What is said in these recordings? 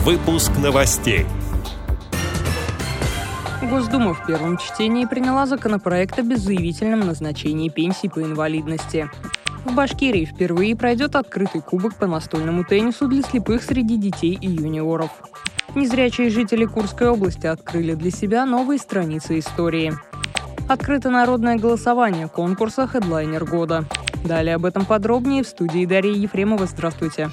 Выпуск новостей. Госдума в первом чтении приняла законопроект о беззаявительном назначении пенсий по инвалидности. В Башкирии впервые пройдет открытый кубок по настольному теннису для слепых среди детей и юниоров. Незрячие жители Курской области открыли для себя новые страницы истории. Открыто народное голосование конкурса «Хедлайнер года». Далее об этом подробнее в студии Дарья Ефремова. Здравствуйте.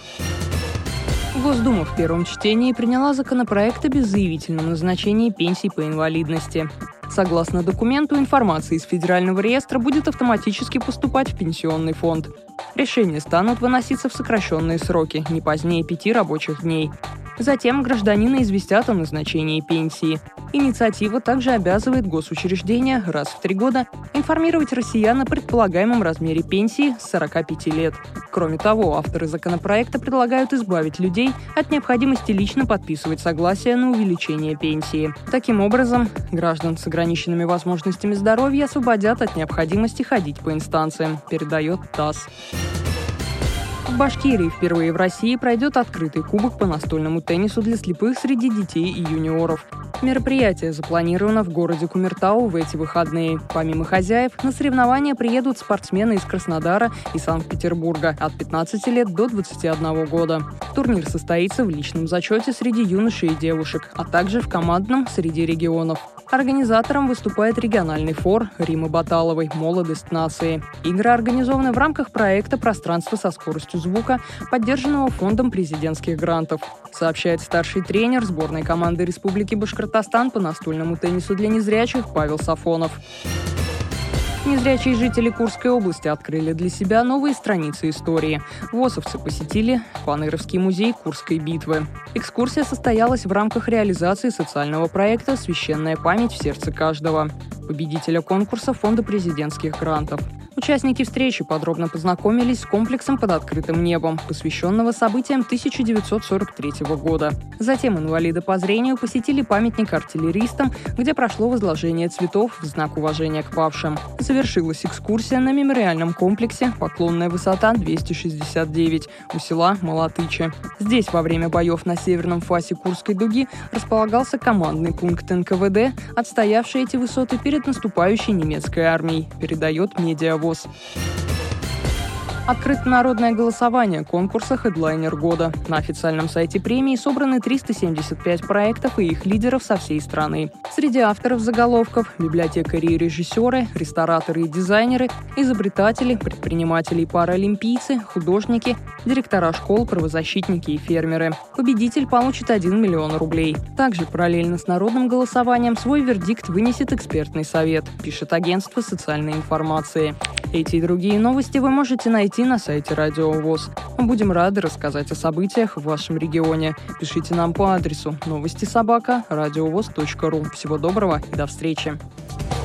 Госдума в первом чтении приняла законопроект о беззаявительном назначении пенсий по инвалидности. Согласно документу, информация из Федерального реестра будет автоматически поступать в пенсионный фонд. Решения станут выноситься в сокращенные сроки, не позднее 5 рабочих дней. Затем гражданина известят о назначении пенсии. Инициатива также обязывает госучреждения раз в 3 года информировать россиян о предполагаемом размере пенсии с 45 лет. Кроме того, авторы законопроекта предлагают избавить людей от необходимости лично подписывать согласие на увеличение пенсии. Таким образом, граждан с ограниченными возможностями здоровья освободят от необходимости ходить по инстанциям, передает ТАСС. В Башкирии впервые в России пройдет открытый кубок по настольному теннису для слепых среди детей и юниоров. Мероприятие запланировано в городе Кумертау в эти выходные. Помимо хозяев, на соревнования приедут спортсмены из Краснодара и Санкт-Петербурга от 15 лет до 21 года. Турнир состоится в личном зачете среди юношей и девушек, а также в командном среди регионов. Организатором выступает региональный фор Риммы Баталовой «Молодость нации». Игры организованы в рамках проекта «Пространство со скоростью звука», поддержанного Фондом президентских грантов, сообщает старший тренер сборной команды Республики Башкортостан по настольному теннису для незрячих Павел Сафонов. Незрячие жители Курской области открыли для себя новые страницы истории. ВОСовцы посетили Паныровский музей Курской битвы. Экскурсия состоялась в рамках реализации социального проекта «Священная память в сердце каждого», победителя конкурса Фонда президентских грантов. Участники встречи подробно познакомились с комплексом под открытым небом, посвященного событиям 1943 года. Затем инвалиды по зрению посетили памятник артиллеристам, где прошло возложение цветов в знак уважения к павшим. Завершилась экскурсия на мемориальном комплексе «Поклонная высота 269» у села Малатычи. Здесь во время боев на северном фасе Курской дуги располагался командный пункт НКВД, отстоявший эти высоты перед наступающей немецкой армией, передает Медиавоз. Открыто народное голосование конкурса «Хедлайнер года». На официальном сайте премии собраны 375 проектов и их лидеров со всей страны. Среди авторов заголовков – библиотекари и режиссеры, рестораторы и дизайнеры, изобретатели, предприниматели и паралимпийцы, художники, директора школ, правозащитники и фермеры. Победитель получит 1 миллион рублей. Также параллельно с народным голосованием свой вердикт вынесет экспертный совет, пишет агентство социальной информации. Эти и другие новости вы можете найти на сайте Радио ВОС. Мы будем рады рассказать о событиях в вашем регионе. Пишите нам по адресу новости@радиовос.ру. Всего доброго и до встречи.